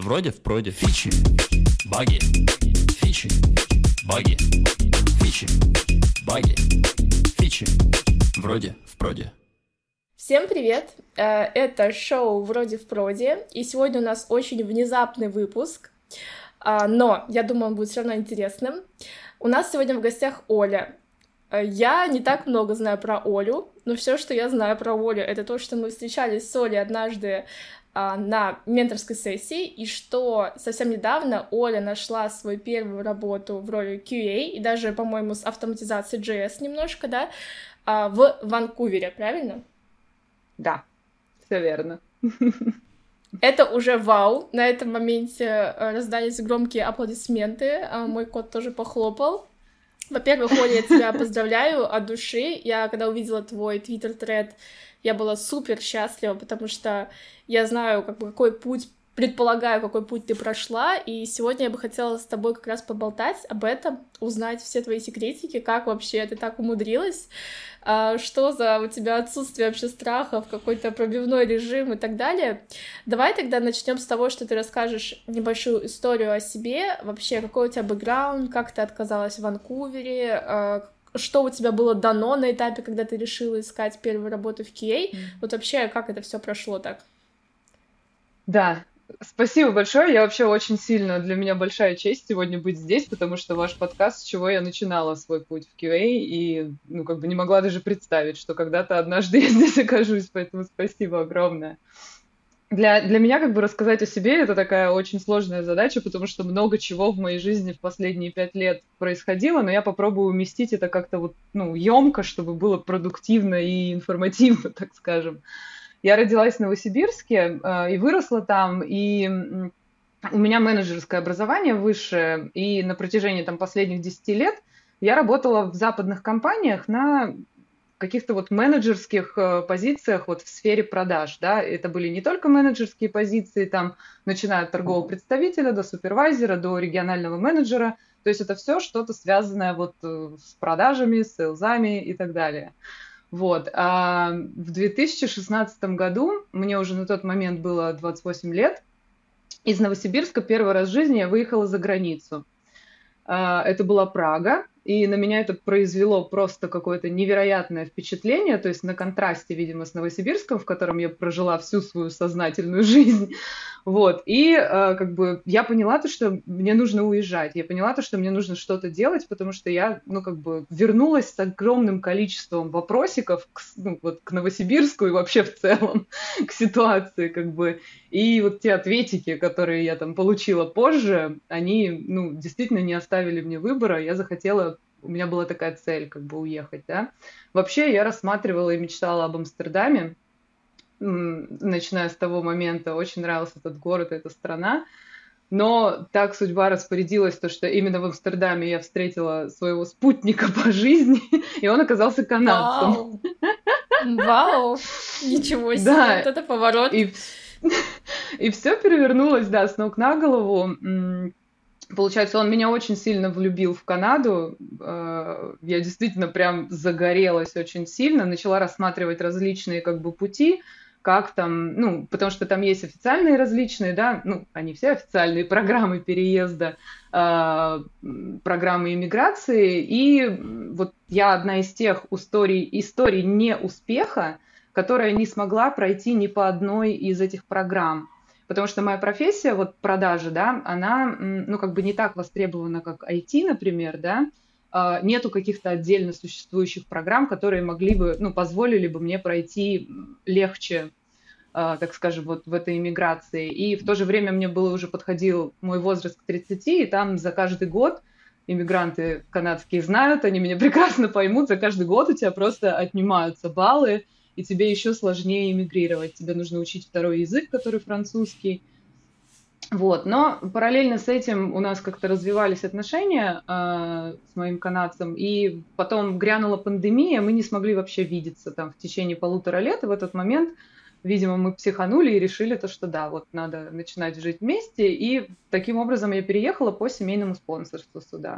Вроде в проде. Фичи, баги, фичи, баги, фичи, баги, фичи. Вроде в проде. Всем привет! Это шоу «Вроде в проде», и сегодня у нас очень внезапный выпуск, но я думаю, он будет все равно интересным. У нас сегодня в гостях Оля. Я не так много знаю про Олю, но все, что я знаю про Олю, это то, что мы встречались с Олей однажды на менторской сессии, и что совсем недавно Оля нашла свою первую работу в роли QA, и даже, по-моему, с автоматизацией JS немножко, да, в Ванкувере, правильно? Да, все верно. Это уже вау. На этом моменте раздались громкие аплодисменты. Мой кот тоже похлопал. Во-первых, Оля, я тебя поздравляю от души. Я, когда увидела твой твиттер-тред, я была супер счастлива, потому что я знаю, какой путь, предполагаю, какой путь ты прошла, и сегодня я бы хотела с тобой как раз поболтать об этом, узнать все твои секретики, как вообще ты так умудрилась, что за у тебя отсутствие вообще страхов, какой-то пробивной режим и так далее. Давай тогда начнем с того, что ты расскажешь небольшую историю о себе, вообще какой у тебя бэкграунд, как ты отказалась в Ванкувере, что у тебя было дано на этапе, когда ты решила искать первую работу в QA, вот вообще как это все прошло так? Да, спасибо большое. Я вообще очень сильно, для меня большая честь сегодня быть здесь, потому что ваш подкаст, с чего я начинала свой путь в QA, и, не могла даже представить, что когда-то однажды я здесь окажусь, поэтому спасибо огромное. Для меня рассказать о себе это такая очень сложная задача, потому что много чего в моей жизни в последние 5 лет происходило, но я попробую уместить это как-то емко, чтобы было продуктивно и информативно, так скажем. Я родилась в Новосибирске и выросла там, и у меня менеджерское образование высшее, и на протяжении последних 10 лет я работала в западных компаниях на каких-то менеджерских позициях в сфере продаж, да, это были не только менеджерские позиции, там, начиная от торгового представителя до супервайзера, до регионального менеджера, то есть это все что-то связанное с продажами, с сейлзами и так далее. А в 2016 году, мне уже на тот момент было 28 лет, из Новосибирска первый раз в жизни я выехала за границу. Это была Прага, и на меня это произвело просто какое-то невероятное впечатление, то есть на контрасте, видимо, с Новосибирском, в котором я прожила всю свою сознательную жизнь. И я поняла то, что мне нужно уезжать, я поняла то, что мне нужно что-то делать, потому что я, вернулась с огромным количеством вопросиков к Новосибирску и вообще в целом к ситуации, и те ответики, которые я там получила позже, они, действительно не оставили мне выбора, я захотела, у меня была такая цель, уехать, да. Вообще я рассматривала и мечтала об Амстердаме, начиная с того момента, очень нравился этот город, эта страна, но так судьба распорядилась, то, что именно в Амстердаме я встретила своего спутника по жизни, и он оказался канадцем. Вау! Ничего себе, да. Вот это поворот! И все перевернулось, да, с ног на голову. Получается, он меня очень сильно влюбил в Канаду. Я действительно прям загорелась очень сильно, начала рассматривать различные пути, как там, потому что там есть официальные различные, да, они все официальные программы переезда, программы иммиграции, и я одна из тех историй неуспеха, которая не смогла пройти ни по одной из этих программ. Потому что моя профессия, продажи, да, она, не так востребована, как IT, например, да, нету каких-то отдельно существующих программ, которые могли бы, позволили бы мне пройти легче, так скажем, в этой иммиграции. И в то же время мне уже подходил мой возраст к 30, и там за каждый год иммигранты канадские знают, они меня прекрасно поймут, за каждый год у тебя просто отнимаются баллы, и тебе еще сложнее эмигрировать. Тебе нужно учить второй язык, который французский. Но параллельно с этим у нас как-то развивались отношения с моим канадцем, и потом грянула пандемия, мы не смогли вообще видеться там в течение 1,5 лет, и в этот момент, видимо, мы психанули и решили то, что да, надо начинать жить вместе, и таким образом я переехала по семейному спонсорству сюда.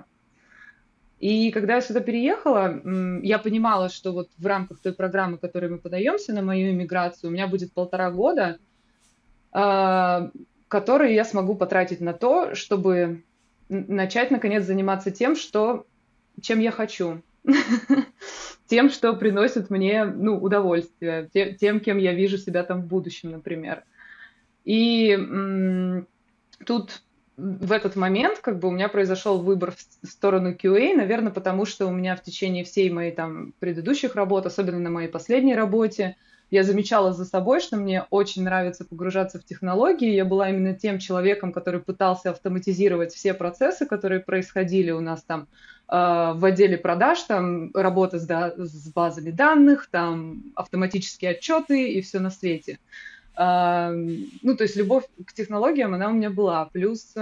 И когда я сюда переехала, я понимала, что в рамках той программы, которой мы подаемся на мою иммиграцию, у меня будет 1,5 года, которые я смогу потратить на то, чтобы начать, наконец, заниматься тем, чем я хочу. Тем, что приносит мне, удовольствие. Тем, кем я вижу себя там в будущем, например. И тут в этот момент как бы у меня произошел выбор в сторону QA, наверное, потому что у меня в течение всей моей там предыдущих работ, особенно на моей последней работе, я замечала за собой, что мне очень нравится погружаться в технологии. Я была именно тем человеком, который пытался автоматизировать все процессы, которые происходили у нас там в отделе продаж, там работа с базами данных, там автоматические отчеты и все на свете. То есть любовь к технологиям, она у меня была. Плюс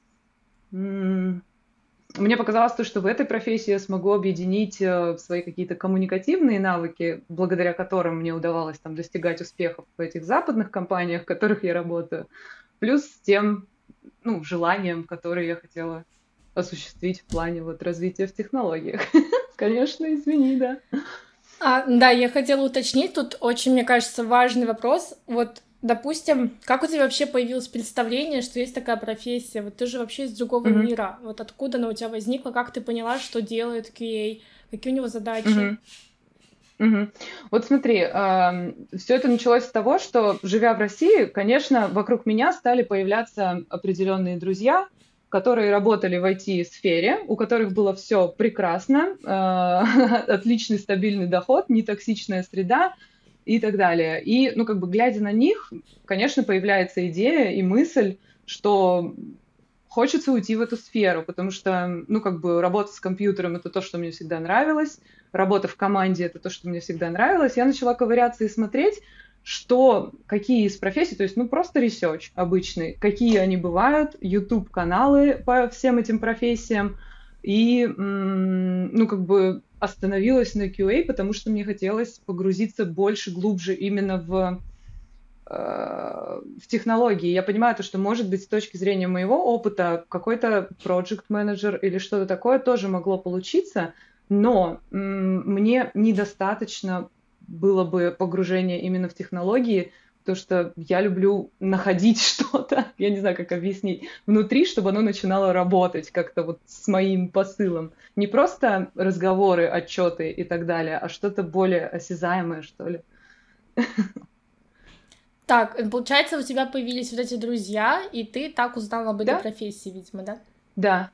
мне показалось то, что в этой профессии я смогу объединить свои какие-то коммуникативные навыки, благодаря которым мне удавалось там достигать успехов в этих западных компаниях, в которых я работаю, плюс с тем, желанием, которое я хотела осуществить в плане вот развития в технологиях. Конечно, извини, да. Да, я хотела уточнить, тут очень, мне кажется, важный вопрос. Вот, допустим, как у тебя вообще появилось представление, что есть такая профессия? Вот ты же вообще из другого мира. Вот откуда она у тебя возникла? Как ты поняла, что делает QA? Какие у него задачи? Вот смотри, все это началось с того, что, живя в России, конечно, вокруг меня стали появляться определенные друзья, которые работали в IT-сфере, у которых было все прекрасно, отличный стабильный доход, нетоксичная среда и так далее. И, глядя на них, конечно, появляется идея и мысль, что хочется уйти в эту сферу, потому что, работа с компьютером — это то, что мне всегда нравилось, работа в команде — это то, что мне всегда нравилось. Я начала ковыряться и смотреть, какие из профессий, то есть, просто ресерч обычный, какие они бывают, YouTube-каналы по всем этим профессиям, и, остановилась на QA, потому что мне хотелось погрузиться больше, глубже именно в технологии. Я понимаю то, что, может быть, с точки зрения моего опыта, какой-то project manager или что-то такое тоже могло получиться, но мне недостаточно было бы погружение именно в технологии, потому что я люблю находить что-то, я не знаю, как объяснить, внутри, чтобы оно начинало работать как-то вот с моим посылом. Не просто разговоры, отчеты и так далее, а что-то более осязаемое, что ли. Так, получается, у тебя появились вот эти друзья, и ты так узнала об этой профессии, видимо, да?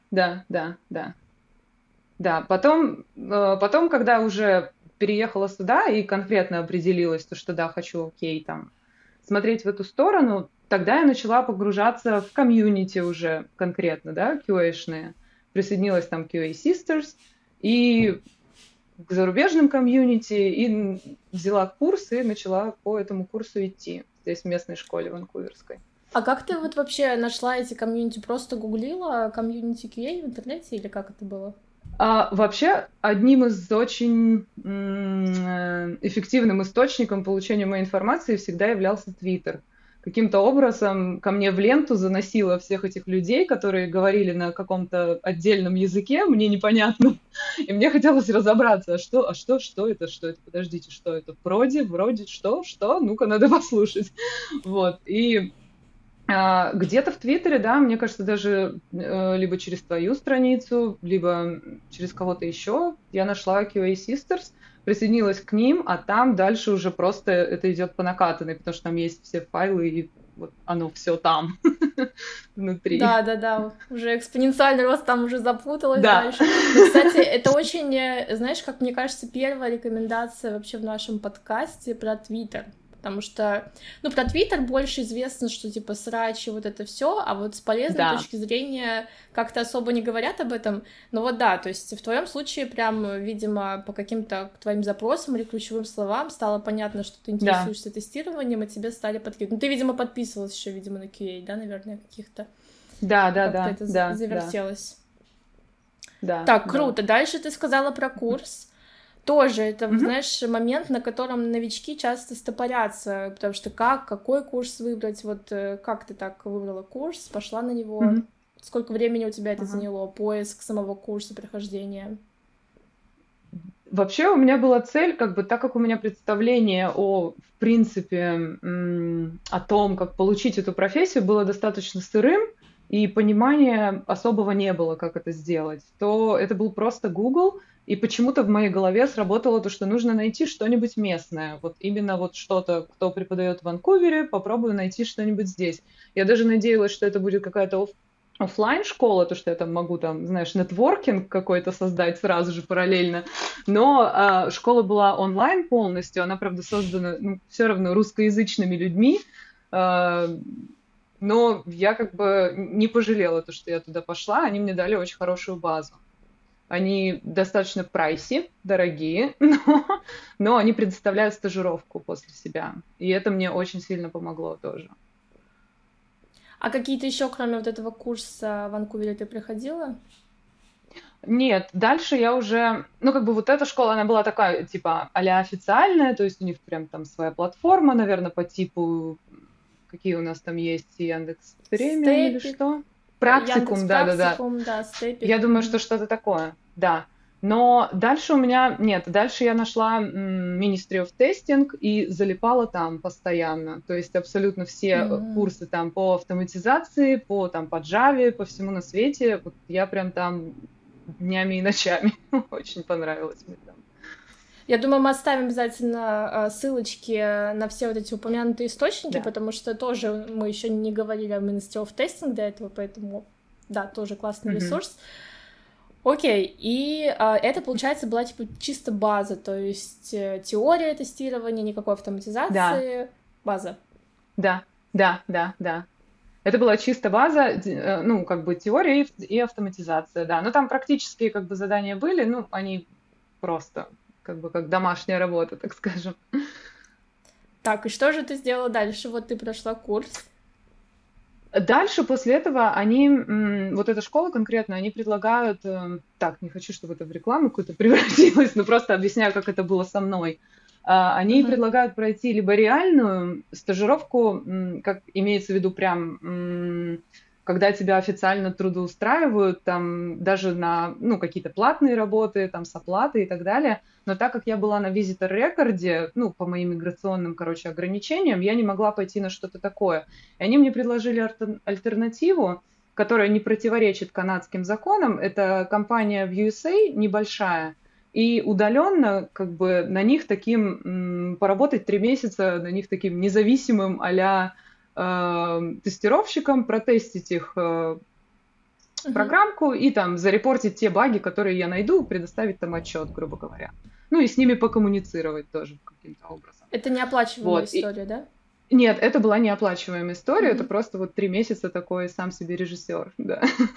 Да. Потом, когда уже переехала сюда и конкретно определилась, что да, хочу, там, смотреть в эту сторону, тогда я начала погружаться в комьюнити уже конкретно, да, QA-шные. Присоединилась там QA Sisters и к зарубежным комьюнити, и взяла курс и начала по этому курсу идти здесь в местной школе ванкуверской. А как ты вот вообще нашла эти комьюнити? Просто гуглила комьюнити QA в интернете или как это было? Вообще, одним из очень эффективным источником получения моей информации всегда являлся Twitter. Каким-то образом ко мне в ленту заносило всех этих людей, которые говорили на каком-то отдельном языке, мне непонятно, и мне хотелось разобраться, что это, подождите, что это, вроде, что, ну-ка, надо послушать. Вот, и где-то в Твиттере, да, мне кажется, даже либо через твою страницу, либо через кого-то еще я нашла QA Sisters, присоединилась к ним, а там дальше уже просто это идет по накатанной, потому что там есть все файлы, и вот оно все там внутри. Да, уже экспоненциальный рост там уже запуталась дальше. Но, кстати, это очень, знаешь, как мне кажется, первая рекомендация вообще в нашем подкасте про Твиттер. Потому что, про Твиттер больше известно, что, типа, срачи, вот это все, а вот с полезной точки зрения как-то особо не говорят об этом. Но вот да, то есть в твоем случае прям, видимо, по каким-то твоим запросам или ключевым словам стало понятно, что ты интересуешься тестированием, и тебе стали подкидывать. Ты, видимо, подписывалась еще, видимо, на QA, да, наверное, каких-то? Да. Как-то это завертелось. Да. Так, круто. Дальше ты сказала про курс. Тоже это, знаешь, момент, на котором новички часто стопорятся, потому что какой курс выбрать, вот как ты так выбрала курс, пошла на него, сколько времени у тебя это заняло, поиск самого курса, прохождения? Вообще у меня была цель, как бы, так как у меня представление в принципе, о том, как получить эту профессию, было достаточно сырым, и понимания особого не было, как это сделать, то это был просто Google, и почему-то в моей голове сработало то, что нужно найти что-нибудь местное. Вот именно вот что-то, кто преподает в Ванкувере, попробую найти что-нибудь здесь. Я даже надеялась, что это будет какая-то оффлайн школа, то, что я там могу, там, знаешь, нетворкинг какой-то создать сразу же параллельно. Но школа была онлайн полностью, она, правда, создана, ну, все равно русскоязычными людьми, а, но я как бы не пожалела то, что я туда пошла, они мне дали очень хорошую базу. Они достаточно прайси, дорогие, но они предоставляют стажировку после себя. И это мне очень сильно помогло тоже. А какие-то еще, кроме вот этого курса в Ванкувере, ты приходила? Нет, дальше я уже, ну, как бы вот эта школа, она была такая, типа, а-ля официальная, то есть у них прям там своя платформа, наверное, по типу, какие у нас там есть, Яндекс Премиум или Степик, что? Яндекс Практикум, да-да-да. Практикум, да, Степик. Я думаю, что что-то такое, да. Но дальше у меня, нет, дальше я нашла Ministry of Testing и залипала там постоянно. То есть абсолютно все М. курсы там по автоматизации, по Java, по всему на свете. Вот я прям там днями и ночами. Очень понравилось мне там. Я думаю, мы оставим обязательно ссылочки на все вот эти упомянутые источники, Да, потому что тоже мы еще не говорили о Ministry of Testing до этого, поэтому, да, тоже классный мгм. ресурс. Окей, и это, получается, была типа чисто база, то есть теория тестирования, никакой Да, автоматизации, база. да, да, да, да. Это была чисто база, ну, как бы теория и автоматизация, да. Но там практические как бы задания были, ну, они просто как бы как домашняя работа, так скажем. Так, и что же ты сделала дальше? Вот ты прошла курс. Дальше после этого они, вот эта школа конкретно, они предлагают, так, не хочу, чтобы это в рекламу какую-то превратилось, но просто объясняю, как это было со мной. Они Мгм. предлагают пройти либо реальную стажировку, как имеется в виду прям, когда тебя официально трудоустраивают, там даже на, ну, какие-то платные работы, там с оплатой и так далее. Но так как я была на визитор-рекорде, ну, по моим миграционным, короче, ограничениям, я не могла пойти на что-то такое. И они мне предложили альтернативу, которая не противоречит канадским законам. Это компания в USA небольшая, и удаленно как бы на них таким, поработать 3 месяца на них таким независимым а-ля тестировщиком, протестить их Мгм. программку и там зарепортить те баги, которые я найду, предоставить там отчет, грубо говоря. Ну и с ними покоммуницировать тоже каким-то образом. Это неоплачиваемая Вот. история, да? Нет, это была неоплачиваемая история, это Мгм. просто вот 3 месяца такой сам себе режиссер, да.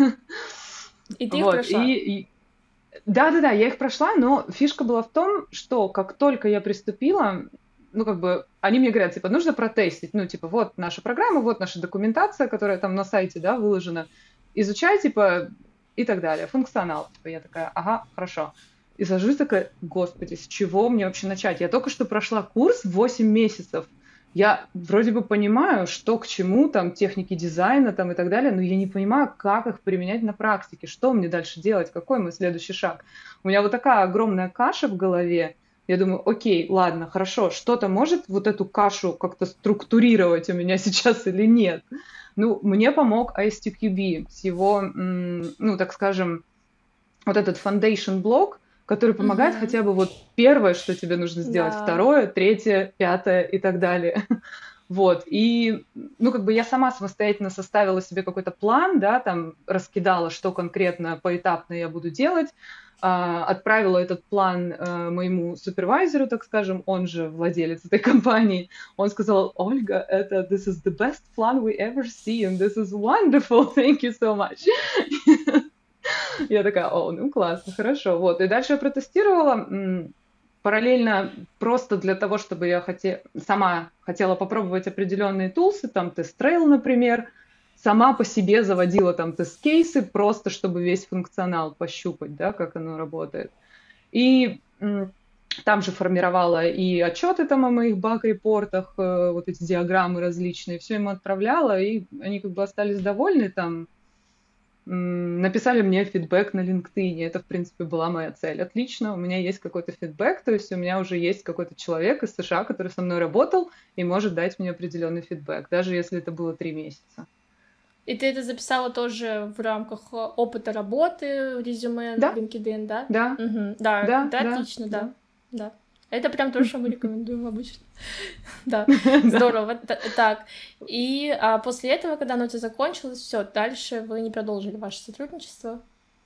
И ты их Вот, прошла. да-да-да, я их прошла, но фишка была в том, что как только я приступила, ну, как бы, они мне говорят, типа, нужно протестить, ну, типа, вот наша программа, вот наша документация, которая там на сайте, да, выложена, изучай, типа, и так далее, функционал. Типа, я такая, ага, хорошо. И сажусь такая, господи, с чего мне вообще начать? Я только что прошла курс 8 месяцев. Я вроде бы понимаю, что к чему, там, техники дизайна там, и так далее, но я не понимаю, как их применять на практике, что мне дальше делать, какой мой следующий шаг. У меня вот такая огромная каша в голове. Я думаю, окей, ладно, хорошо, что-то может вот эту кашу как-то структурировать у меня сейчас или нет? Ну, мне помог ISTQB с его, ну, так скажем, вот этот foundation блок, который помогает Мгм. хотя бы вот первое, что тебе нужно сделать, Да. второе, третье, пятое и так далее. Вот, и, ну, как бы я сама самостоятельно составила себе какой-то план, да, там, раскидала, что конкретно поэтапно я буду делать, отправила этот план моему супервайзеру, так скажем, он же владелец этой компании. Он сказал, Ольга, это this is the best plan we ever see, and this is wonderful, thank you so much. Я такая, о, ну классно, хорошо. Вот, и дальше я протестировала, параллельно просто для того, чтобы я сама хотела попробовать определенные тулсы, там TestRail, например, сама по себе заводила там тест-кейсы, просто чтобы весь функционал пощупать, да, как оно работает. И там же формировала и отчеты там о моих баг-репортах, вот эти диаграммы различные, все ему отправляла, и они как бы остались довольны там. написали мне фидбэк на LinkedIn. Это, в принципе, была моя цель. Отлично, у меня есть какой-то фидбэк, то есть у меня уже есть какой-то человек из США, который со мной работал и может дать мне определенный фидбэк, даже если это было 3 месяца. И ты это записала тоже в рамках опыта работы, резюме на Да, LinkedIn, да? да, Да, да, это да, отлично, да. да. Это прям то, что мы рекомендуем обычно. Да, Да. здорово. Так, и после этого, когда оно у тебя закончилось, все, дальше вы не продолжили ваше сотрудничество?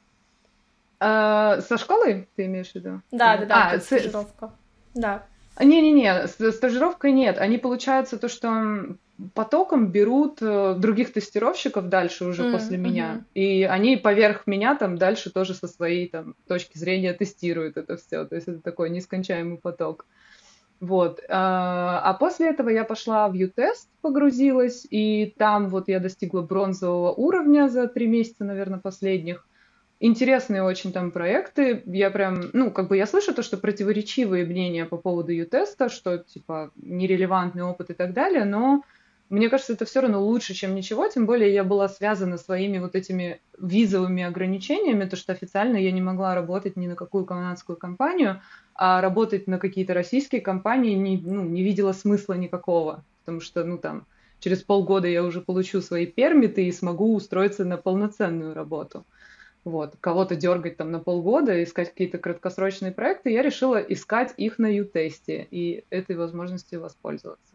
Со школой ты имеешь в виду? Да, А, стажировка. Да. не-не-не, с стажировкой нет. Они, получается, то, что потоком берут других тестировщиков дальше уже после меня. Мгм. И они поверх меня там дальше тоже со своей там точки зрения тестируют это все. То есть это такой нескончаемый поток. Вот. А после этого я пошла в U-Test, погрузилась, и там вот я достигла бронзового уровня за 3 месяца, наверное, последних. Интересные очень там проекты. Я прям, ну, как бы я слышу то, что противоречивые мнения по поводу Ю-теста, что, типа, нерелевантный опыт и так далее, но мне кажется, это все равно лучше, чем ничего, тем более я была связана своими вот этими визовыми ограничениями, то, что официально я не могла работать ни на какую канадскую компанию, а работать на какие-то российские компании не видела смысла никакого, потому что, ну, там, через полгода я уже получу свои пермиты и смогу устроиться на полноценную работу. Вот, кого-то дергать там на полгода, искать какие-то краткосрочные проекты, я решила искать их на Ю-тесте и этой возможностью воспользоваться.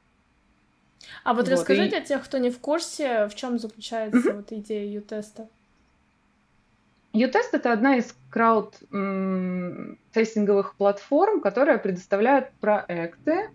А вот Вот, расскажи и для тех, кто не в курсе, в чем заключается вот идея Ю-теста. Ю-тест — это одна из крауд-тестинговых платформ, которая предоставляет проекты,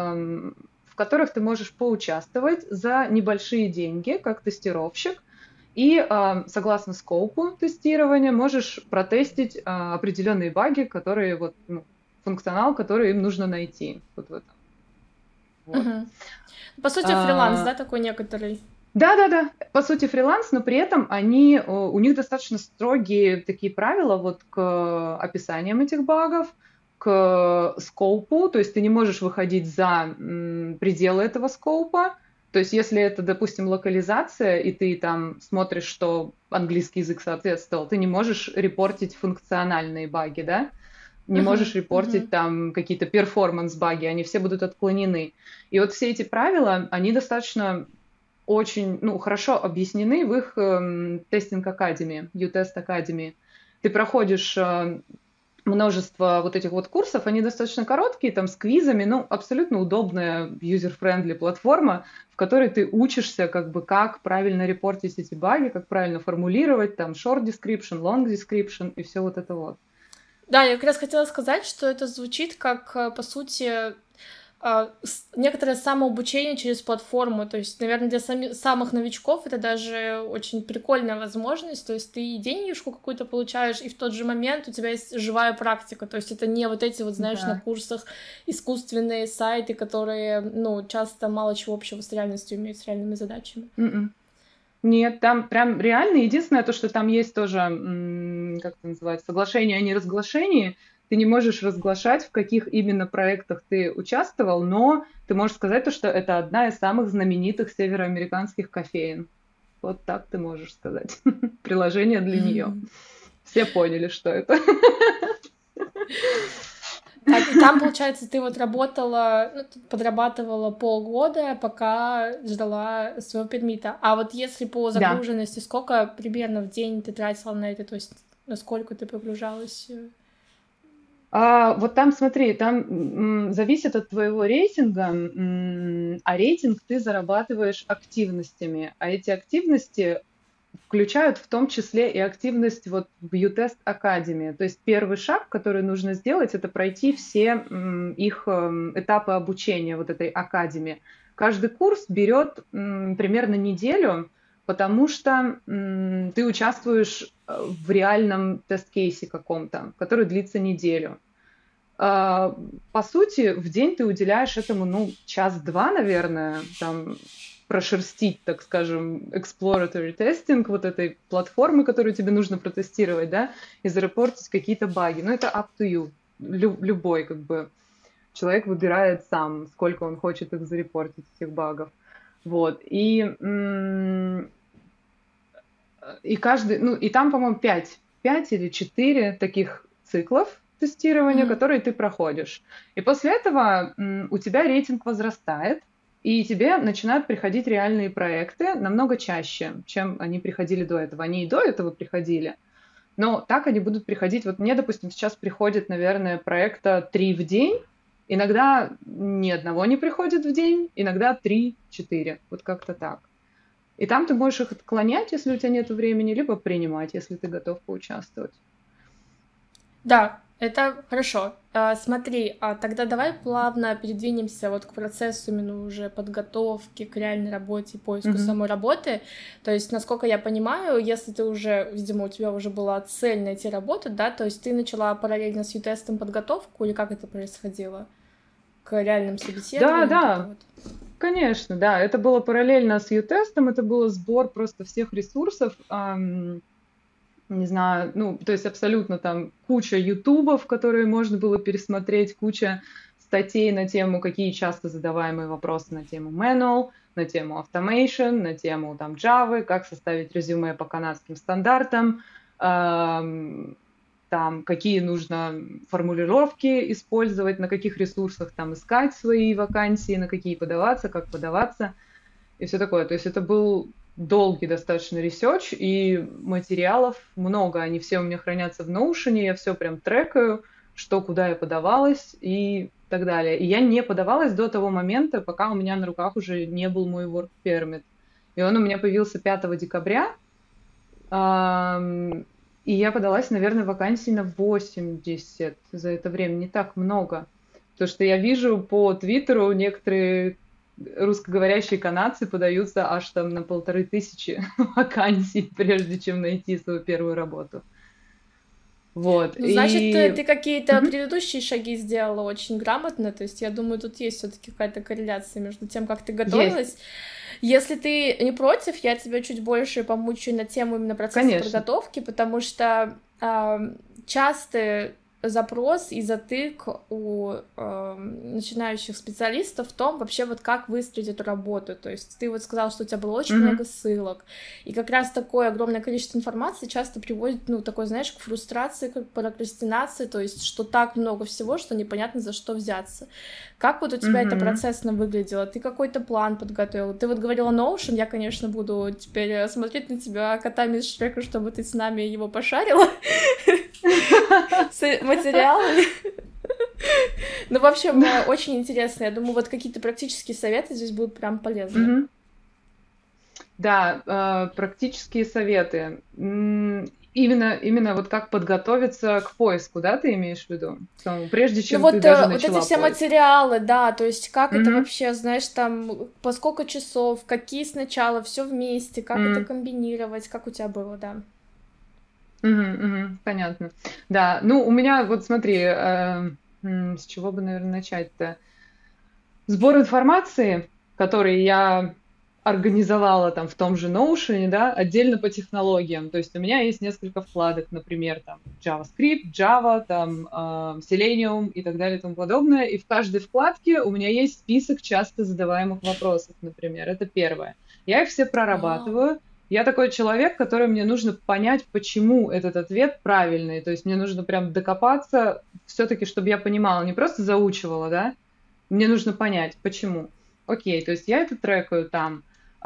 в которых ты можешь поучаствовать за небольшие деньги, как тестировщик, и согласно скопу тестирования можешь протестить определенные баги, которые вот, ну, функционал, который им нужно найти. Вот в этом. Вот. По сути, фриланс, да, такой некоторый? Да. По сути, фриланс, но при этом у них достаточно строгие такие правила вот к описаниям этих багов, к скопу, то есть ты не можешь выходить за пределы этого скопа. То есть если это, допустим, локализация, и ты там смотришь, что английский язык соответствовал, ты не можешь репортить функциональные баги, да? Не можешь репортить там какие-то перформанс-баги, они все будут отклонены. И вот все эти правила, они достаточно очень, ну, хорошо объяснены в их тестинг академии, U-Test Academy. Ты проходишь множество вот этих вот курсов, они достаточно короткие, там с квизами, ну, абсолютно удобная user-friendly платформа, в которой ты учишься, как бы, как правильно репортить эти баги, как правильно формулировать, там, short description, long description и все вот это вот. Да, я как раз хотела сказать, что это звучит как, по сути, некоторое самообучение через платформу, то есть, наверное, для самых новичков это даже очень прикольная возможность, то есть ты денежку какую-то получаешь, и в тот же момент у тебя есть живая практика, то есть это не вот эти вот, знаешь, на курсах искусственные сайты, которые, ну, часто мало чего общего с реальностью имеют, с реальными задачами. Нет, там прям реально единственное то, что там есть тоже, как это называется, соглашение о неразглашении. Ты не можешь разглашать, в каких именно проектах ты участвовал, но ты можешь сказать то, что это одна из самых знаменитых североамериканских кофеен. Вот так ты можешь сказать. Приложение для нее. Все поняли, что это. Так, и там, получается, ты вот работала, ну, подрабатывала полгода, пока ждала своего пермита. А вот если по загруженности, сколько примерно в день ты тратила на это? То есть насколько ты погружалась? Вот там, смотри, там зависит от твоего рейтинга, а рейтинг ты зарабатываешь активностями, а эти активности включают в том числе и активность вот в U-Test Academy. То есть первый шаг, который нужно сделать, это пройти все их этапы обучения вот этой Академии. Каждый курс берет примерно неделю, потому что ты участвуешь в реальном тест-кейсе каком-то, который длится неделю. По сути, в день ты уделяешь этому, ну, час-два, наверное, там, прошерстить, так скажем, exploratory testing вот этой платформы, которую тебе нужно протестировать, да, и зарепортить какие-то баги. Но это up to you. Любой, как бы, человек выбирает сам, сколько он хочет их зарепортить, этих багов. Вот. И И каждый, ну, и там, по-моему, 5 или 4 таких циклов тестирования, которые ты проходишь. И после этого у тебя рейтинг возрастает, и тебе начинают приходить реальные проекты намного чаще, чем они приходили до этого. Они и до этого приходили, но так они будут приходить. Вот мне, допустим, сейчас приходит, наверное, проекта 3 в день. Иногда ни одного не приходит в день, иногда 3-4. Вот как-то так. И там ты можешь их отклонять, если у тебя нет времени, либо принимать, если ты готов поучаствовать. Да, это хорошо. Смотри, тогда давай плавно передвинемся вот к процессу именно уже подготовки к реальной работе и поиску самой работы. То есть, насколько я понимаю, если ты уже, видимо, у тебя уже была цель найти работу, да, то есть ты начала параллельно с ю-тестом подготовку, или как это происходило? К реальным собеседованиям? Да, вот. Конечно, да. Это было параллельно с ю-тестом, это был сбор просто всех ресурсов, не знаю, ну, то есть абсолютно там куча ютубов, которые можно было пересмотреть, куча статей на тему, какие часто задаваемые вопросы на тему manual, на тему automation, на тему там Java, как составить резюме по канадским стандартам, там какие нужно формулировки использовать, на каких ресурсах там искать свои вакансии, на какие подаваться, как подаваться и все такое. То есть это был долгий достаточно ресерч, и материалов много. Они все у меня хранятся в Notion, я все прям трекаю, что куда я подавалась и так далее. И я не подавалась до того момента, пока у меня на руках уже не был мой work permit. И он у меня появился 5 декабря, и я подалась, наверное, вакансий на 80 за это время. Не так много. Потому что я вижу по Твиттеру некоторые русскоговорящие канадцы подаются аж там на 1500 вакансий, прежде чем найти свою первую работу. Вот. Ну, значит, ты какие-то предыдущие шаги сделала очень грамотно, то есть я думаю, тут есть все-таки какая-то корреляция между тем, как ты готовилась. Есть. Если ты не против, я тебя чуть больше помучаю на тему именно процесса подготовки, потому что часто запрос и затык у начинающих специалистов в том, вообще вот как выстроить эту работу. То есть ты вот сказал, что у тебя было очень много ссылок, и как раз такое огромное количество информации часто приводит, ну, такой, знаешь, к фрустрации, к прокрастинации, то есть что так много всего, что непонятно за что взяться. Как вот у тебя это процессно выглядело? Ты какой-то план подготовила? Ты вот говорила Notion, я, конечно, буду теперь смотреть на тебя котами из Шрека, чтобы ты с нами его пошарила с материалами. Ну, в общем, очень интересно. Я думаю, вот какие-то практические советы здесь будут прям полезны. Да, практические советы. Именно вот как подготовиться к поиску, да, ты имеешь в виду? Прежде чем ты даже начала вот эти все материалы, да, то есть как это вообще, знаешь, там, по сколько часов, какие сначала, все вместе, как это комбинировать, как у тебя было, да? Понятно. Да, ну, у меня, вот смотри, с чего бы, наверное, начать-то? Сбор информации, который я организовала там в том же Notion, да, отдельно по технологиям. То есть у меня есть несколько вкладок, например, там JavaScript, Java, там Selenium и так далее и тому подобное. И в каждой вкладке у меня есть список часто задаваемых вопросов, например. Это первое. Я их все прорабатываю. Я такой человек, который мне нужно понять, почему этот ответ правильный. То есть мне нужно прям докопаться, все-таки, чтобы я понимала, не просто заучивала, да, мне нужно понять, почему. Окей, то есть я это трекаю там.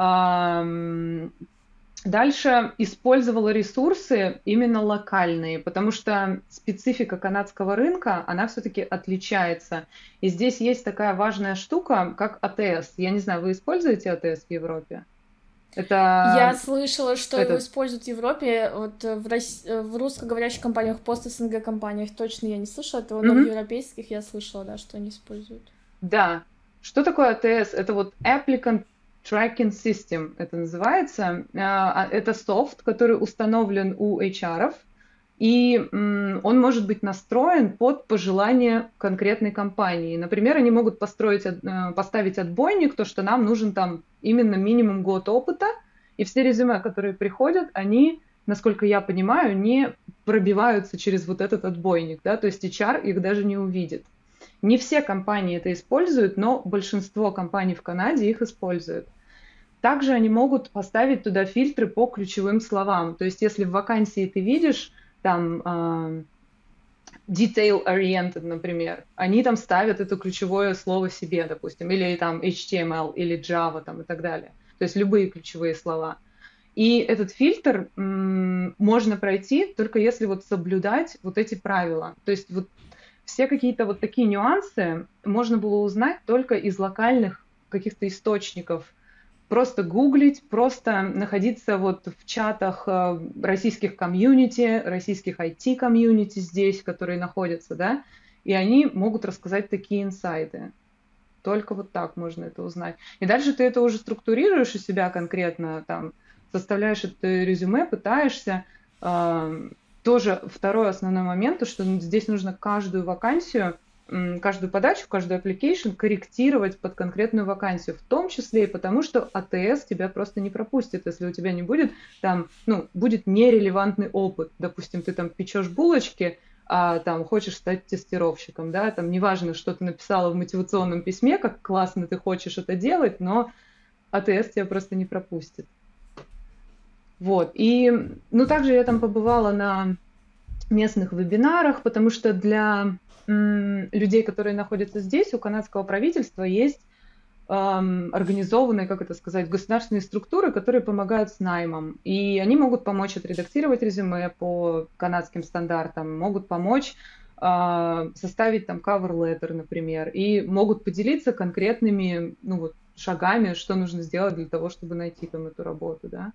Дальше использовала ресурсы именно локальные, потому что специфика канадского рынка, она все-таки отличается. И здесь есть такая важная штука, как АТС. Я не знаю, вы используете АТС в Европе? Я слышала, что его используют в Европе, вот в русскоговорящих компаниях, пост-СНГ компаниях точно я не слышала этого, но в европейских я слышала, да, что они используют. Да. Что такое АТС? Это вот Applicant Tracking System, это называется. Это софт, который установлен у HR-ов, и он может быть настроен под пожелания конкретной компании. Например, они могут поставить отбойник, то, что нам нужен там именно минимум год опыта, и все резюме, которые приходят, они, насколько я понимаю, не пробиваются через вот этот отбойник, да, то есть HR их даже не увидит. Не все компании это используют, но большинство компаний в Канаде их используют. Также они могут поставить туда фильтры по ключевым словам. То есть если в вакансии ты видишь там detail-oriented, например, они там ставят это ключевое слово себе, допустим, или там HTML, или Java там, и так далее. То есть любые ключевые слова. И этот фильтр можно пройти только если вот соблюдать вот эти правила. То есть вот все какие-то вот такие нюансы можно было узнать только из локальных каких-то источников. Просто гуглить, просто находиться вот в чатах российских комьюнити, российских IT-комьюнити здесь, которые находятся, да, и они могут рассказать такие инсайты. Только вот так можно это узнать. И дальше ты это уже структурируешь у себя конкретно, там, составляешь это резюме, пытаешься. Тоже второй основной момент, то, что здесь нужно каждую вакансию, каждую подачу, каждую application корректировать под конкретную вакансию, в том числе и потому, что АТС тебя просто не пропустит, если у тебя не будет там, будет нерелевантный опыт. Допустим, ты там печешь булочки, а там хочешь стать тестировщиком, да, там неважно, что ты написала в мотивационном письме, как классно ты хочешь это делать, но АТС тебя просто не пропустит. Вот, и, также я там побывала на местных вебинарах, потому что для людей, которые находятся здесь, у канадского правительства есть организованные, государственные структуры, которые помогают с наймом. И они могут помочь отредактировать резюме по канадским стандартам, могут помочь составить там cover letter, например, и могут поделиться конкретными шагами, что нужно сделать для того, чтобы найти там эту работу, да.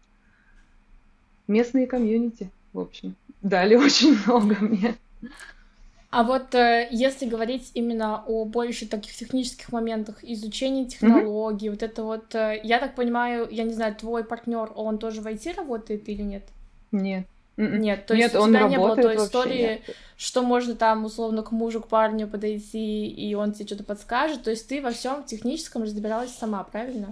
Местные комьюнити, в общем, дали очень много мне. А вот если говорить именно о больше таких технических моментах, изучения технологий, вот это вот, я так понимаю, я не знаю, твой партнер, он тоже в IT работает или нет? Нет. Нет, то есть у тебя не было той истории, что можно там условно к мужу, к парню подойти, и он тебе что-то подскажет, то есть ты во всем техническом разбиралась сама, правильно?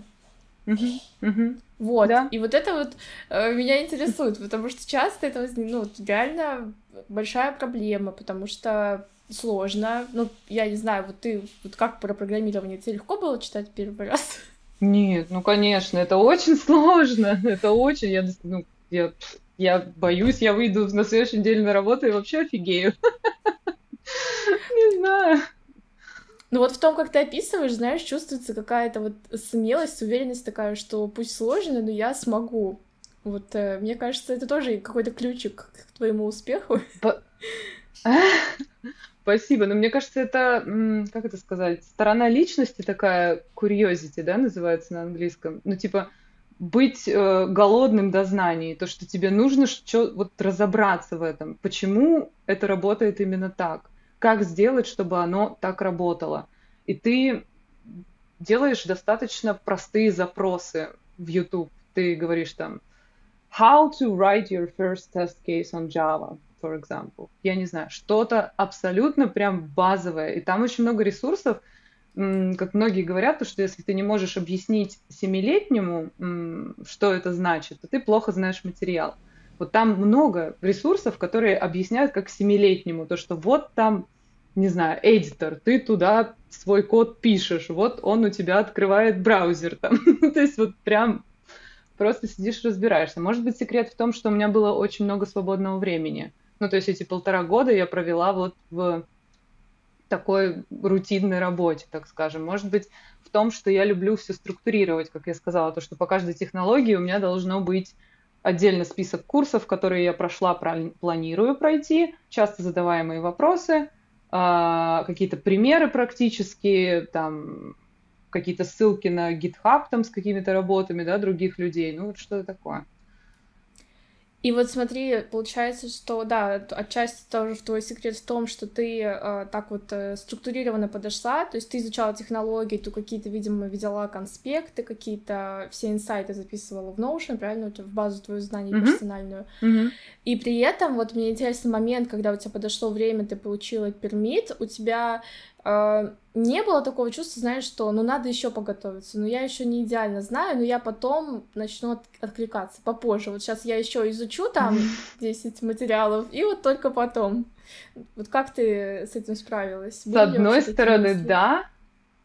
Вот, да. И вот это вот меня интересует, потому что часто это реально большая проблема, потому что сложно, я не знаю, вот ты, вот как про программирование, тебе легко было читать первый раз? Нет, конечно, это очень сложно, это очень, я боюсь, я выйду на следующей неделе на работу и вообще офигею, не знаю. Вот в том, как ты описываешь, знаешь, чувствуется какая-то вот смелость, уверенность такая, что пусть сложно, но я смогу. Вот мне кажется, это тоже какой-то ключик к твоему успеху. Спасибо, но мне кажется, это, как это сказать, сторона личности такая, curiosity, да, называется на английском. Быть голодным до знаний, то, что тебе нужно разобраться в этом, почему это работает именно так. Как сделать, чтобы оно так работало. И ты делаешь достаточно простые запросы в YouTube. Ты говоришь там how to write your first test case on Java, for example. Я не знаю, что-то абсолютно прям базовое. И там очень много ресурсов, как многие говорят, то, что если ты не можешь объяснить 7-летнему, что это значит, то ты плохо знаешь материал. Вот там много ресурсов, которые объясняют как 7-летнему, то, что вот там, не знаю, эдитор, ты туда свой код пишешь, вот он у тебя открывает браузер там. То есть вот прям просто сидишь, разбираешься. Может быть, секрет в том, что у меня было очень много свободного времени. То есть эти 1,5 года я провела вот в такой рутинной работе, так скажем. Может быть, в том, что я люблю все структурировать, как я сказала, то, что по каждой технологии у меня должно быть отдельно список курсов, которые я прошла, планирую пройти, часто задаваемые вопросы, какие-то примеры практические, там, какие-то ссылки на GitHub там, с какими-то работами, да, других людей, вот что-то такое. И вот смотри, получается, что, да, отчасти тоже твой секрет в том, что ты так вот структурированно подошла, то есть ты изучала технологии, ты какие-то, видимо, видела конспекты, какие-то все инсайты записывала в Notion, правильно, в базу твою знаний персональную. И при этом, вот мне интересный момент, когда у тебя подошло время, ты получила пермит, у тебя не было такого чувства, знаешь, что надо еще поготовиться, я еще не идеально знаю, но я потом начну откликаться попозже. Вот сейчас я еще изучу там 10 материалов, и вот только потом. Вот как ты с этим справилась? С одной стороны, да.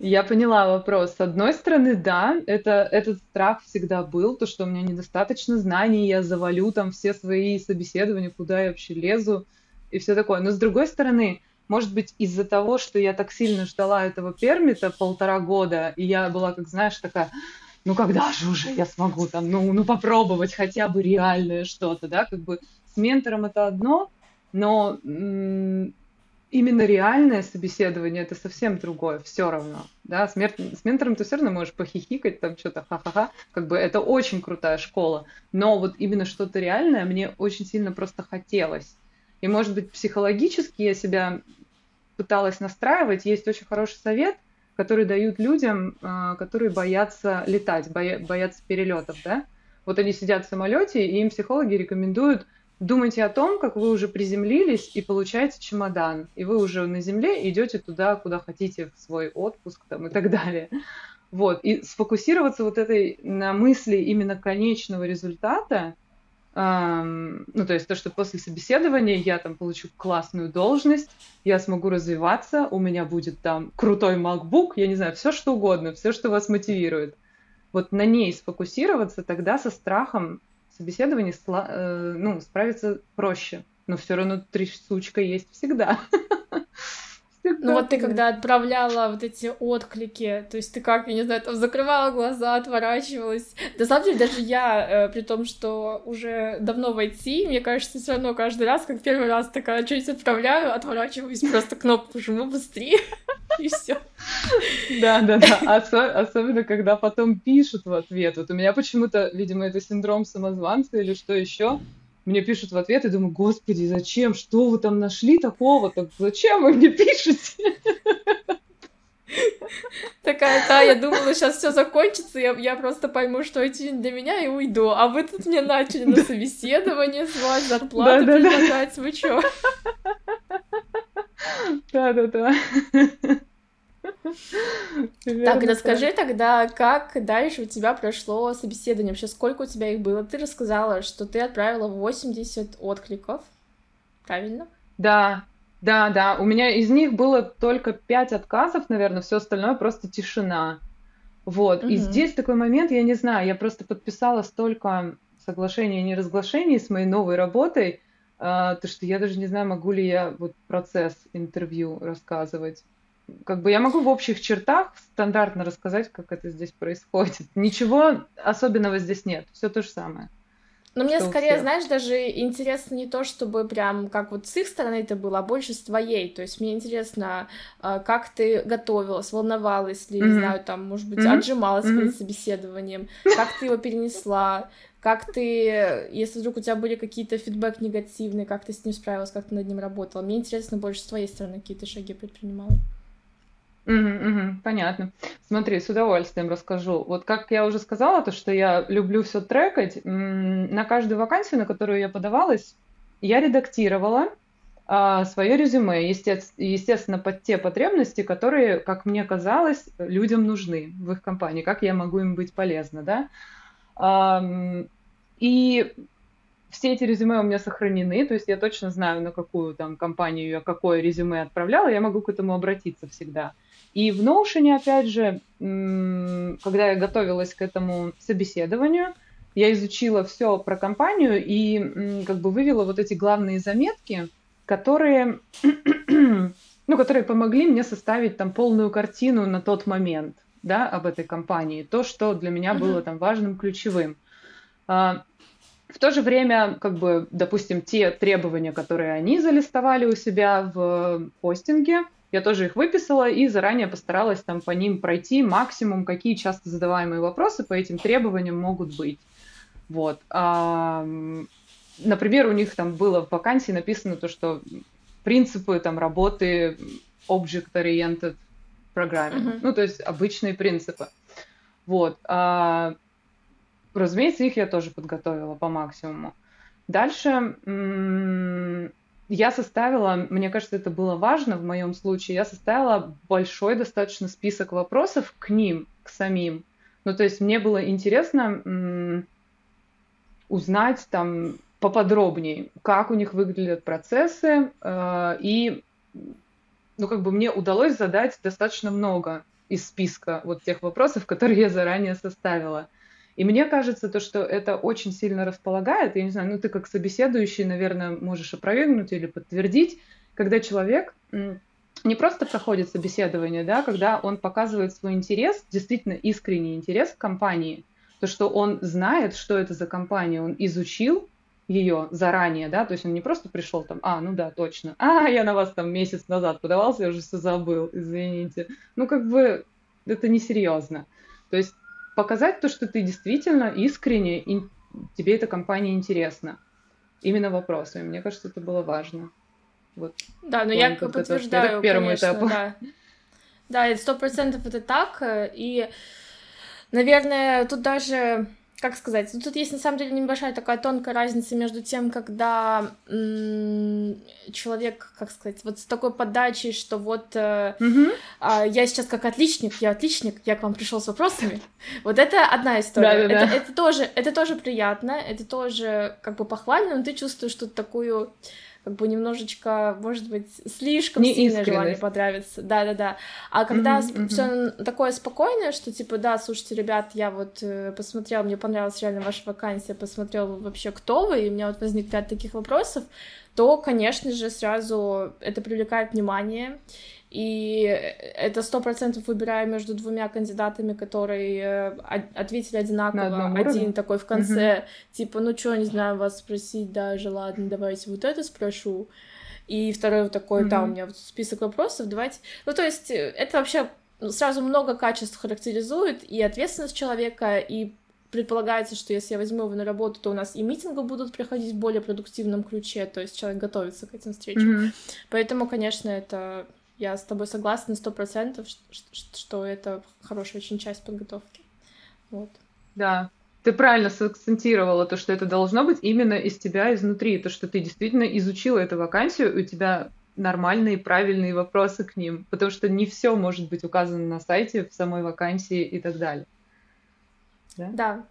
Я поняла вопрос. С одной стороны, да, этот страх всегда был, то, что у меня недостаточно знаний, я завалю там все свои собеседования, куда я вообще лезу и все такое. Но с другой стороны, может быть, из-за того, что я так сильно ждала этого пермита 1,5 года, и я была, как знаешь, такая, ну когда же уже я смогу там, ну попробовать хотя бы реальное что-то, да, как бы с ментором это одно, но именно реальное собеседование это совсем другое, все равно, да, с ментором ты все равно можешь похихикать, там что-то ха-ха-ха, как бы это очень крутая школа, но вот именно что-то реальное мне очень сильно просто хотелось. И, может быть, психологически я себя пыталась настраивать. Есть очень хороший совет, который дают людям, которые боятся летать, боятся перелетов, да. Вот они сидят в самолете, и им психологи рекомендуют: думайте о том, как вы уже приземлились и получаете чемодан, и вы уже на земле идете туда, куда хотите, в свой отпуск там, и так далее. Вот. И сфокусироваться вот этой на мысли именно конечного результата, ну, то есть то, что после собеседования я там получу классную должность, я смогу развиваться, у меня будет там крутой MacBook, я не знаю, все что угодно, все, что вас мотивирует. Вот на ней сфокусироваться, тогда со страхом собеседования справиться проще. Но все равно трясучка есть всегда. Ну вот ты когда отправляла вот эти отклики, то есть ты как, я не знаю, там закрывала глаза, отворачивалась. На самом деле даже я, при том, что уже давно в IT, мне кажется, все равно каждый раз, как первый раз такая что-нибудь отправляю, отворачиваюсь, просто кнопку жму быстрее, и все. Да. Особенно, когда потом пишут в ответ. Вот у меня почему-то, видимо, это синдром самозванца или что еще. Мне пишут в ответ, и думаю, господи, зачем? Что вы там нашли такого? Так зачем вы мне пишете? Такая, да, я думала, сейчас все закончится, я просто пойму, что это не для меня, и уйду. А вы тут мне начали на собеседование звать, зарплату предлагать, вы чё? Да. Так, расскажи тогда, как дальше у тебя прошло собеседование, вообще сколько у тебя их было? Ты рассказала, что ты отправила 80 откликов, правильно? Да. У меня из них было только 5 отказов, наверное, все остальное просто тишина. Вот. И здесь такой момент, я не знаю, я просто подписала столько соглашений и неразглашений с моей новой работой, то что я даже не знаю, могу ли я вот процесс интервью рассказывать. Как бы я могу в общих чертах стандартно рассказать, как это здесь происходит. Ничего особенного здесь нет, все то же самое. Но мне скорее, знаешь, даже интересно не то, чтобы прям как вот с их стороны это было, а больше с твоей. То есть мне интересно, как ты готовилась, волновалась ли, не знаю, там, может быть, отжималась перед собеседованием, как ты его перенесла, как ты, если вдруг у тебя были какие-то фидбэк негативные, как ты с ним справилась, как ты над ним работала. Мне интересно больше с твоей стороны, какие ты шаги предпринимала. Понятно. Смотри, с удовольствием расскажу. Вот как я уже сказала, то, что я люблю все трекать, на каждую вакансию, на которую я подавалась, я редактировала свое резюме, естественно, под те потребности, которые, как мне казалось, людям нужны в их компании, как я могу им быть полезна, да. И все эти резюме у меня сохранены, то есть я точно знаю, на какую там компанию я какое резюме отправляла, я могу к этому обратиться всегда. И в Notion, опять же, когда я готовилась к этому собеседованию, я изучила все про компанию и как бы вывела вот эти главные заметки, которые помогли мне составить там полную картину на тот момент, да, об этой компании, то, что для меня было там важным, ключевым. В то же время, как бы, допустим, те требования, которые они залистовали у себя в постинге, я тоже их выписала и заранее постаралась там по ним пройти максимум, какие часто задаваемые вопросы по этим требованиям могут быть. Вот. Например, у них там было в вакансии написано то, что принципы там работы object-oriented programming, ну, то есть обычные принципы. Вот. Разумеется, их я тоже подготовила по максимуму. Дальше я составила, мне кажется, это было важно в моем случае, я составила большой достаточно список вопросов к ним, к самим. Ну, то есть мне было интересно узнать там поподробнее, как у них выглядят процессы, и, ну, как бы мне удалось задать достаточно много из списка вот тех вопросов, которые я заранее составила. И мне кажется, то, что это очень сильно располагает, я не знаю, ну ты как собеседующий, наверное, можешь опровергнуть или подтвердить, когда человек не просто проходит собеседование, да, когда он показывает свой интерес, действительно искренний интерес к компании, то, что он знает, что это за компания, он изучил ее заранее, да, то есть он не просто пришел там, ну да, точно, я на вас там месяц назад подавался, я уже все забыл, извините. Ну, как бы, это несерьезно. То есть показать то, что ты действительно искренне, и тебе эта компания интересна. Именно вопросами. Мне кажется, это было важно. Вот. Да, но я подтверждаю, к первому конечно, этапу. Да. Да, 100% это так, и, наверное, тут даже, как сказать, тут есть на самом деле небольшая такая тонкая разница между тем, когда человек, как сказать, вот с такой подачей, что вот я сейчас как отличник, я к вам пришел с вопросами. Вот это одна история. Это тоже приятно, это тоже как бы похвально, но ты чувствуешь тут такую как бы немножечко, может быть, слишком сильное желание понравиться. Да. А когда все такое спокойное, что типа, да, слушайте, ребят, я вот посмотрела, мне понравилась реально ваша вакансия, посмотрела вообще, кто вы, и у меня вот возник ряд таких вопросов, то, конечно же, сразу это привлекает внимание. И это 100% выбираю между двумя кандидатами, которые ответили одинаково. Один такой в конце, типа, ну что, не знаю, вас спросить даже, ладно, давайте вот это спрошу. И второй вот такой, да, у меня вот список вопросов, давайте... Ну, то есть это вообще сразу много качеств характеризует, и ответственность человека, и предполагается, что если я возьму его на работу, то у нас и митинги будут проходить в более продуктивном ключе, то есть человек готовится к этим встречам. Поэтому, конечно, это... Я с тобой согласна на 100%, что это хорошая очень часть подготовки. Вот. Да, ты правильно сакцентировала то, что это должно быть именно из тебя, изнутри, то, что ты действительно изучила эту вакансию, у тебя нормальные, правильные вопросы к ним, потому что не все может быть указано на сайте, в самой вакансии и так далее. Да.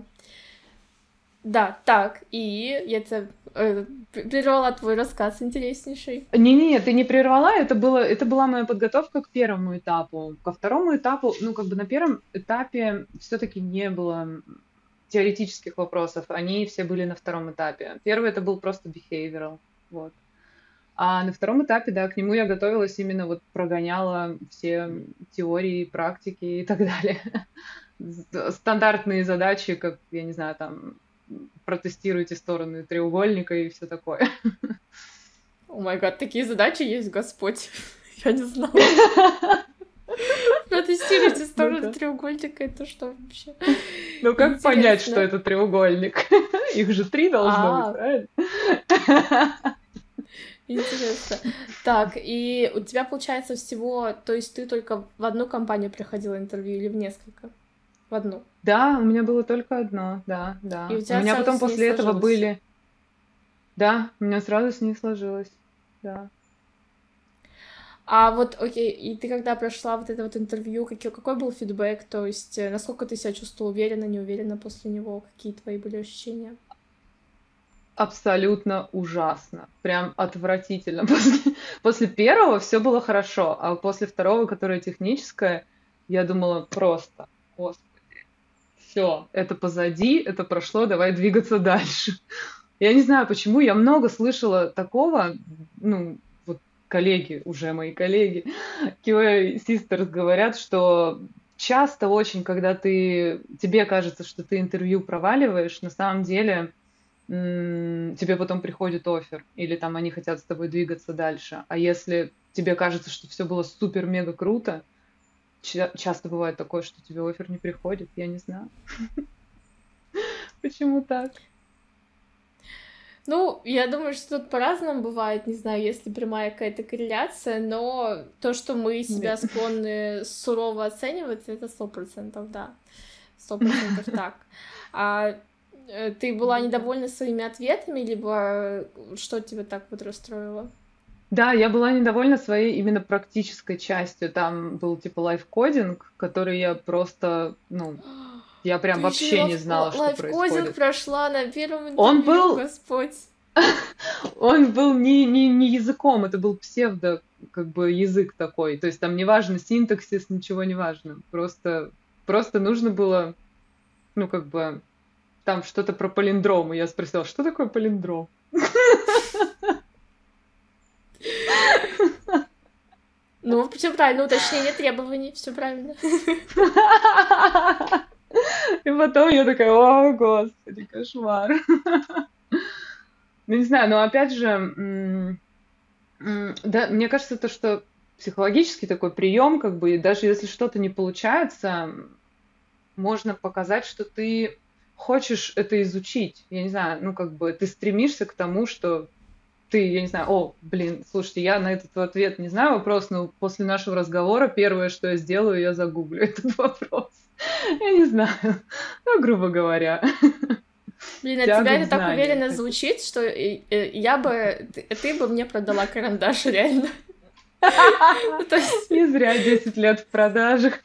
Да, так, и я тебя прервала твой рассказ интереснейший. Не, ты не прервала, это была моя подготовка к первому этапу. Ко второму этапу, ну, как бы на первом этапе все-таки не было теоретических вопросов, они все были на втором этапе. Первый это был просто behavioral, вот. А на втором этапе, да, к нему я готовилась именно вот прогоняла все теории, практики и так далее. Стандартные задачи, как, я не знаю, там... протестируйте стороны треугольника и все такое. О май гад, такие задачи есть, Господь. Я не знала. Протестируйте стороны треугольника, это что вообще? Ну как понять, что это треугольник? Их же 3 должно быть, правильно? Интересно. Так, и у тебя получается всего, то есть ты только в одну компанию приходила интервью или в несколько? В одну? Да, у меня было только одно, да. И у меня потом после этого были... Да, у меня сразу с ней сложилось, да. А вот, окей, и ты когда прошла вот это вот интервью, какой был фидбэк? То есть насколько ты себя чувствовала уверенно, неуверенно после него? Какие твои были ощущения? Абсолютно ужасно. Прям отвратительно. После первого все было хорошо, а после второго, которое техническое, я думала просто, господи, все, это позади, это прошло, давай двигаться дальше. Я не знаю почему, я много слышала такого, ну, вот коллеги, уже мои коллеги, QA Sisters говорят, что часто очень, когда тебе кажется, что ты интервью проваливаешь, на самом деле тебе потом приходит оффер, или там они хотят с тобой двигаться дальше. А если тебе кажется, что все было супер-мега круто, часто бывает такое, что тебе оффер не приходит, я не знаю. Почему так? Ну, я думаю, что тут по-разному бывает, не знаю, есть ли прямая какая-то корреляция, но то, что мы себя склонны сурово оценивать, это 100%, да. 100% так. А ты была недовольна своими ответами, либо что тебя так вот расстроило? Да, я была недовольна своей именно практической частью. Там был типа лайфкодинг, который я просто, я прям вообще не знала, что происходит. Лайфкодинг прошла на первом интервью, Господь. Он был не языком, это был как бы язык такой. То есть там не важно синтаксис, ничего не важно. Просто нужно было, ну, как бы, там что-то про палиндром. И я спросила, что такое палиндром? Ну, все правильно, уточнение требований, все правильно. И потом я такая, о, господи, кошмар. Ну, не знаю, но опять же, да, мне кажется, то, что психологический такой прием, как бы, и даже если что-то не получается, можно показать, что ты хочешь это изучить. Я не знаю, ну, как бы, ты стремишься к тому, что ты, я не знаю, слушайте, я на этот ответ не знаю вопрос, но после нашего разговора первое, что я сделаю, я загуглю этот вопрос. Я не знаю, ну, грубо говоря. Блин, от тебя это так уверенно звучит, что ты бы мне продала карандаш, реально. Не зря 10 лет в продажах.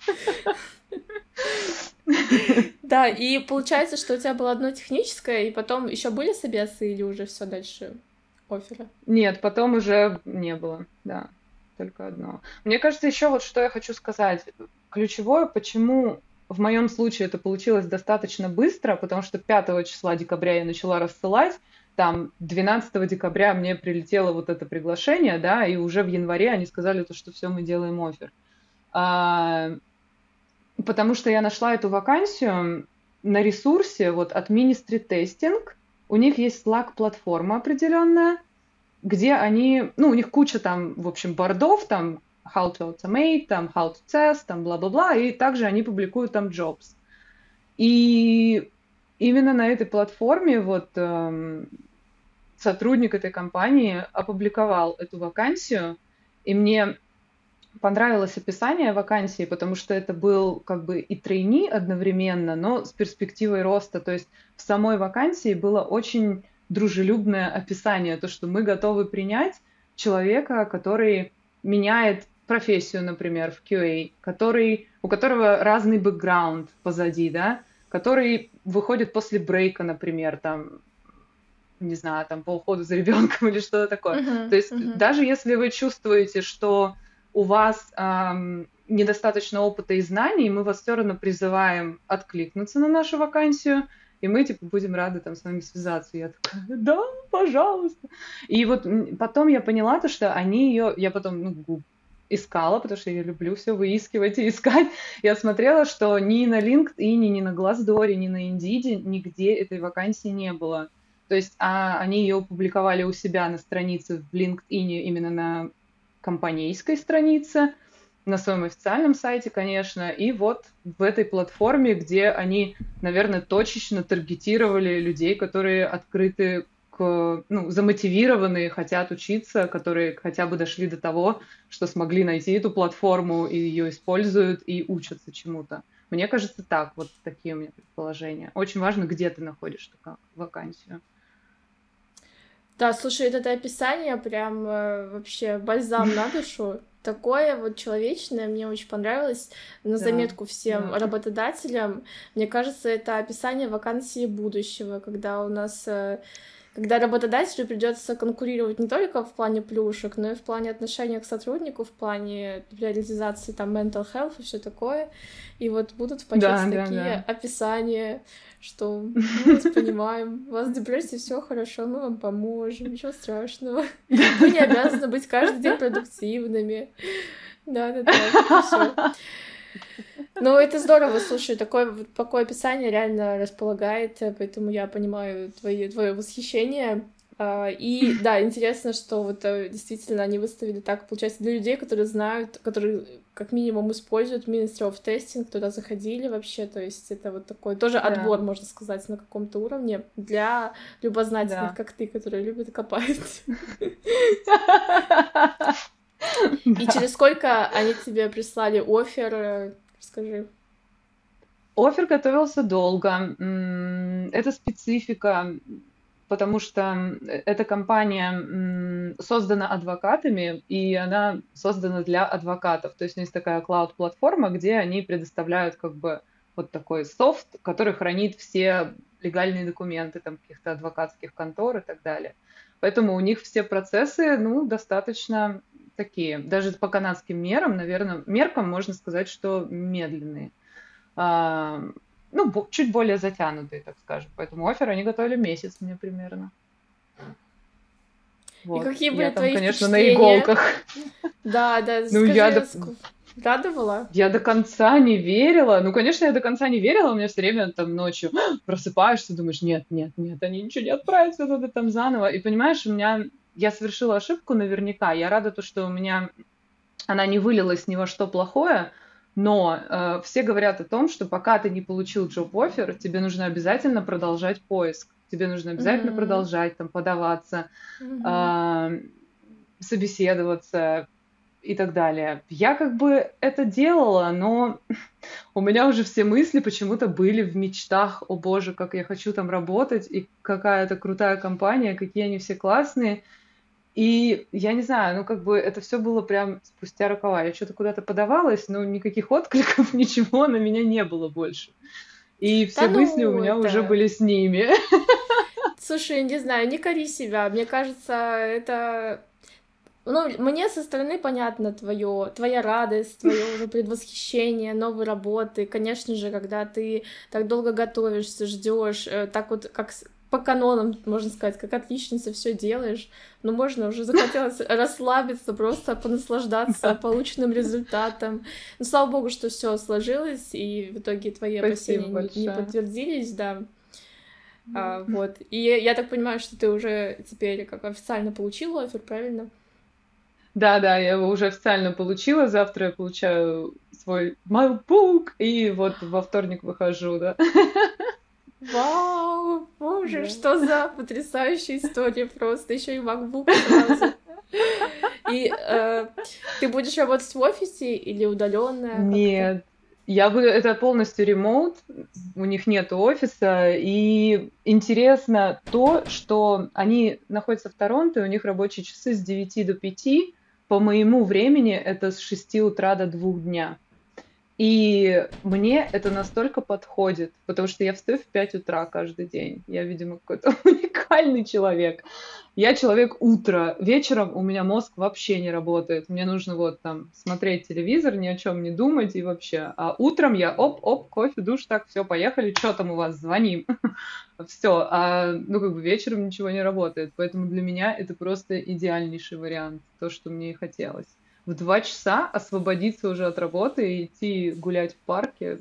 Да, и получается, что у тебя было одно техническое, и потом еще были собесы или уже все дальше оффера? Нет, потом уже не было, да, только одно. Мне кажется, еще вот что я хочу сказать. Ключевое, почему в моем случае это получилось достаточно быстро, потому что 5 числа декабря я начала рассылать, там 12 декабря мне прилетело вот это приглашение, да, и уже в январе они сказали, что все, мы делаем оффер. Потому что я нашла эту вакансию на ресурсе вот от Ministry Testing. У них есть Slack-платформа определенная, где они, ну, у них куча там, в общем, бордов, там, how to automate, там, how to test, там, бла-бла-бла, и также они публикуют там jobs. И именно на этой платформе вот сотрудник этой компании опубликовал эту вакансию, и мне понравилось описание вакансии, потому что это был как бы и трейни одновременно, но с перспективой роста. То есть в самой вакансии было очень дружелюбное описание, то, что мы готовы принять человека, который меняет профессию, например, в QA, у которого разный бэкграунд позади, да, который выходит после брейка, например, там, не знаю, там, по уходу за ребенком или что-то такое. То есть даже если вы чувствуете, что у вас недостаточно опыта и знаний, мы вас все равно призываем откликнуться на нашу вакансию, и мы, типа, будем рады там с вами связаться. Я такая, да, пожалуйста. И вот потом я поняла то, что они ее, я потом, искала, потому что я люблю все выискивать и искать. Я смотрела, что ни на LinkedIn, ни на Glassdoor, ни на Indeed нигде этой вакансии не было. То есть они ее опубликовали у себя на странице в LinkedIn, именно на компанейской странице, на своем официальном сайте, конечно, и вот в этой платформе, где они, наверное, точечно таргетировали людей, которые открыты замотивированные, хотят учиться, которые хотя бы дошли до того, что смогли найти эту платформу и ее используют и учатся чему-то. Мне кажется, так, вот такие у меня предположения. Очень важно, где ты находишь такую вакансию. Да, слушай, это описание прям вообще бальзам на душу. Такое вот человечное, мне очень понравилось. На заметку всем работодателям. Мне кажется, это описание вакансии будущего, когда у нас... Когда работодателю придется конкурировать не только в плане плюшек, но и в плане отношения к сотруднику, в плане реализации там mental health и все такое. И вот будут в пакете такие описания, что мы вас понимаем, у вас в депрессии все хорошо, мы вам поможем, ничего страшного. Вы не обязаны быть каждый день продуктивными. Да-да-да, это всё. Ну, это здорово, слушай, такое описание реально располагает, поэтому я понимаю твое восхищение. И да, интересно, что вот действительно они выставили так, получается, для людей, которые знают, которые как минимум используют Ministry of Testing, туда заходили вообще, то есть это вот такой тоже отбор, можно сказать, на каком-то уровне для любознательных, как ты, которые любят копать. И через сколько они тебе прислали оффер? Расскажи. Оффер готовился долго. Это специфика, потому что эта компания создана адвокатами, и она создана для адвокатов. То есть у них есть такая клауд-платформа, где они предоставляют как бы вот такой софт, который хранит все легальные документы там каких-то адвокатских контор и так далее. Поэтому у них все процессы, достаточно такие, даже по канадским меркам можно сказать, что медленные. А, ну, чуть более затянутые, так скажем. Поэтому оффер они готовили месяц мне примерно. И Вот. какие были Я там, твои конечно, на впечатления? иголках. Да, Ну, скажи, радовала? Я до конца не верила. Ну, конечно, я до конца не верила. У меня все время там ночью просыпаешься, думаешь, нет, они ничего не отправят, все надо там заново. И понимаешь, я совершила ошибку наверняка. Я рада, что у меня она не вылилась ни во что плохое, но все говорят о том, что пока ты не получил job-offer, тебе нужно обязательно продолжать поиск. Тебе нужно обязательно продолжать там подаваться, собеседоваться и так далее. Я как бы это делала, но у меня уже все мысли почему-то были в мечтах: о боже, как я хочу там работать, и какая это крутая компания, какие они все классные. И я не знаю, ну как бы это все было прям спустя рукава. Я что-то куда-то подавалась, но никаких откликов, ничего на меня не было больше. И все мысли у меня уже были с ними. Слушай, не знаю, не кори себя. Мне кажется, это... Ну, мне со стороны понятно твоя радость, твое уже предвосхищение новой работы. Конечно же, когда ты так долго готовишься, ждешь, так вот, как по канонам, можно сказать, как отличница все делаешь, но можно уже захотелось расслабиться, просто понаслаждаться полученным результатом. Ну, слава богу, что все сложилось, и в итоге твои опасения не подтвердились, да. Вот. И я так понимаю, что ты уже теперь как официально получила оффер, правильно? Да, я его уже официально получила. Завтра я получаю свой MacBook, и вот во вторник выхожу, да. Вау, боже, что за потрясающая история просто, еще и MacBook сразу. И ты будешь работать в офисе или удаленно? Нет, это полностью ремоут, у них нет офиса, и интересно то, что они находятся в Торонто, и у них рабочие часы с 9 до 5, по моему времени это с 6 утра до 2 дня. И мне это настолько подходит, потому что я встаю в 5 утра каждый день. Я, видимо, какой-то уникальный человек. Я человек утра. Вечером у меня мозг вообще не работает. Мне нужно вот там смотреть телевизор, ни о чем не думать и вообще. А утром я оп-оп, кофе, душ, так, все, поехали. Что там у вас? Звоним. Все. Ну, как бы вечером ничего не работает. Поэтому для меня это просто идеальнейший вариант. То, что мне и хотелось. В 2 часа освободиться уже от работы и идти гулять в парке.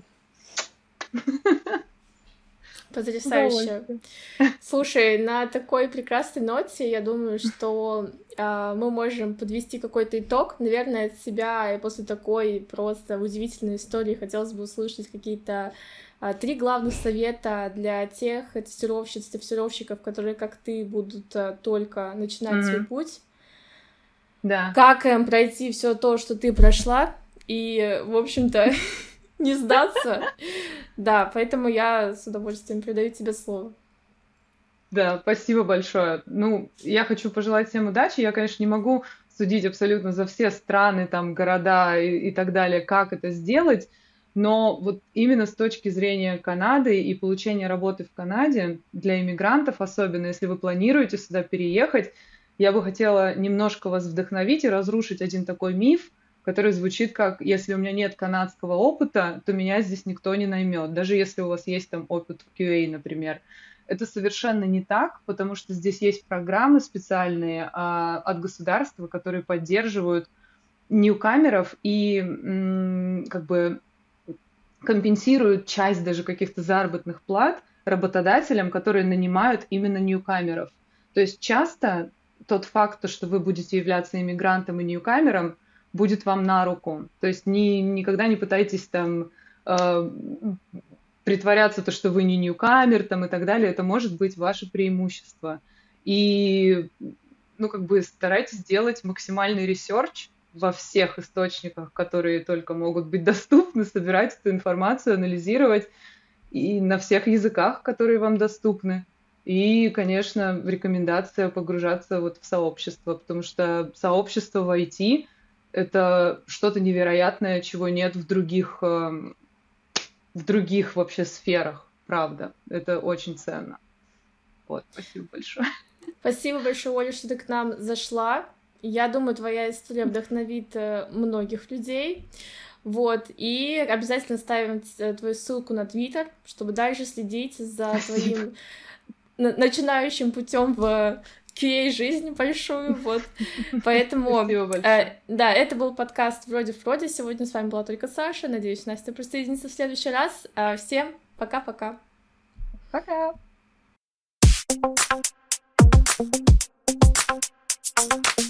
Потрясающе. Слушай, на такой прекрасной ноте, я думаю, что мы можем подвести какой-то итог. Наверное, от себя и после такой просто удивительной истории хотелось бы услышать какие-то 3 главных совета для тех тестировщиц, тестировщиков, которые, как ты, будут только начинать свой путь. Да. Как им пройти все то, что ты прошла, и, в общем-то, не сдаться. Да, поэтому я с удовольствием передаю тебе слово. Да, спасибо большое. Ну, я хочу пожелать всем удачи. Я, конечно, не могу судить абсолютно за все страны, там, города и так далее, как это сделать, но вот именно с точки зрения Канады и получения работы в Канаде, для иммигрантов, особенно если вы планируете сюда переехать, я бы хотела немножко вас вдохновить и разрушить один такой миф, который звучит как: если у меня нет канадского опыта, то меня здесь никто не наймет, даже если у вас есть там опыт в QA, например. Это совершенно не так, потому что здесь есть программы специальные от государства, которые поддерживают ньюкамеров и как бы компенсируют часть даже каких-то заработных плат работодателям, которые нанимают именно ньюкамеров. То есть часто тот факт, что вы будете являться иммигрантом и ньюкамером, будет вам на руку. То есть никогда не пытайтесь там притворяться, что вы не ньюкамер там, и так далее. Это может быть ваше преимущество. И как бы старайтесь делать максимальный ресерч во всех источниках, которые только могут быть доступны, собирать эту информацию, анализировать и на всех языках, которые вам доступны. И, конечно, рекомендация погружаться вот в сообщество, потому что сообщество в IT — это что-то невероятное, чего нет в других вообще сферах, правда. Это очень ценно. Вот, спасибо большое. Спасибо большое, Оля, что ты к нам зашла. Я думаю, твоя история вдохновит многих людей. Вот, и обязательно ставим твою ссылку на Твиттер, чтобы дальше следить за твоим начинающим путем в QA-жизнь большую, вот. Поэтому, да, это был подкаст «Вроде в проде». Сегодня с вами была только Саша. Надеюсь, Настя присоединится в следующий раз. Всем пока-пока. Пока. Пока.